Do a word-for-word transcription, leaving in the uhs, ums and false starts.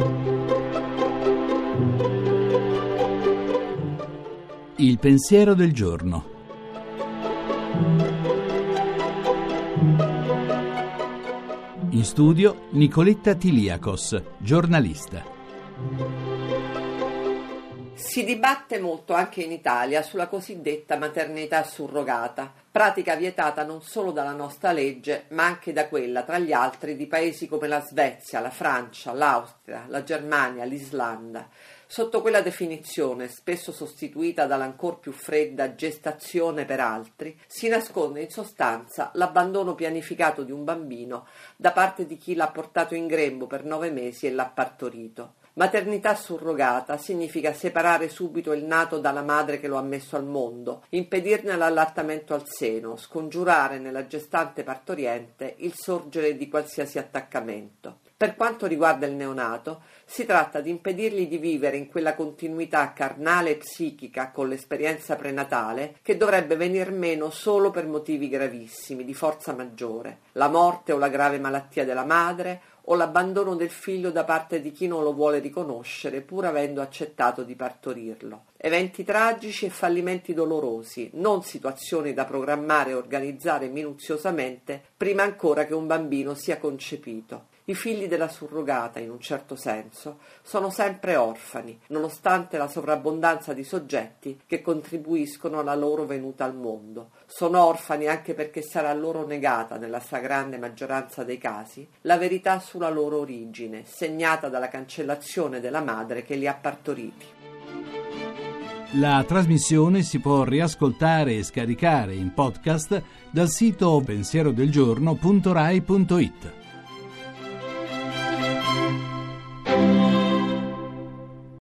Il pensiero del giorno. In studio Nicoletta Tiliakos, giornalista. Si dibatte molto anche in Italia sulla cosiddetta maternità surrogata, pratica vietata non solo dalla nostra legge, ma anche da quella, tra gli altri, di paesi come la Svezia, la Francia, l'Austria, la Germania, l'Islanda. Sotto quella definizione, spesso sostituita dall'ancor più fredda gestazione per altri, si nasconde in sostanza l'abbandono pianificato di un bambino da parte di chi l'ha portato in grembo per nove mesi e l'ha partorito. Maternità surrogata significa separare subito il nato dalla madre che lo ha messo al mondo, impedirne l'allattamento al seno, scongiurare nella gestante partoriente il sorgere di qualsiasi attaccamento. Per quanto riguarda il neonato, si tratta di impedirgli di vivere in quella continuità carnale e psichica con l'esperienza prenatale che dovrebbe venir meno solo per motivi gravissimi, di forza maggiore, la morte o la grave malattia della madre o l'abbandono del figlio da parte di chi non lo vuole riconoscere pur avendo accettato di partorirlo. Eventi tragici e fallimenti dolorosi, non situazioni da programmare e organizzare minuziosamente prima ancora che un bambino sia concepito. I figli della surrogata, in un certo senso, sono sempre orfani, nonostante la sovrabbondanza di soggetti che contribuiscono alla loro venuta al mondo. Sono orfani anche perché sarà loro negata, nella stragrande maggioranza dei casi, la verità sulla loro origine, segnata dalla cancellazione della madre che li ha partoriti. La trasmissione si può riascoltare e scaricare in podcast dal sito pensierodelgiorno punto rai punto it.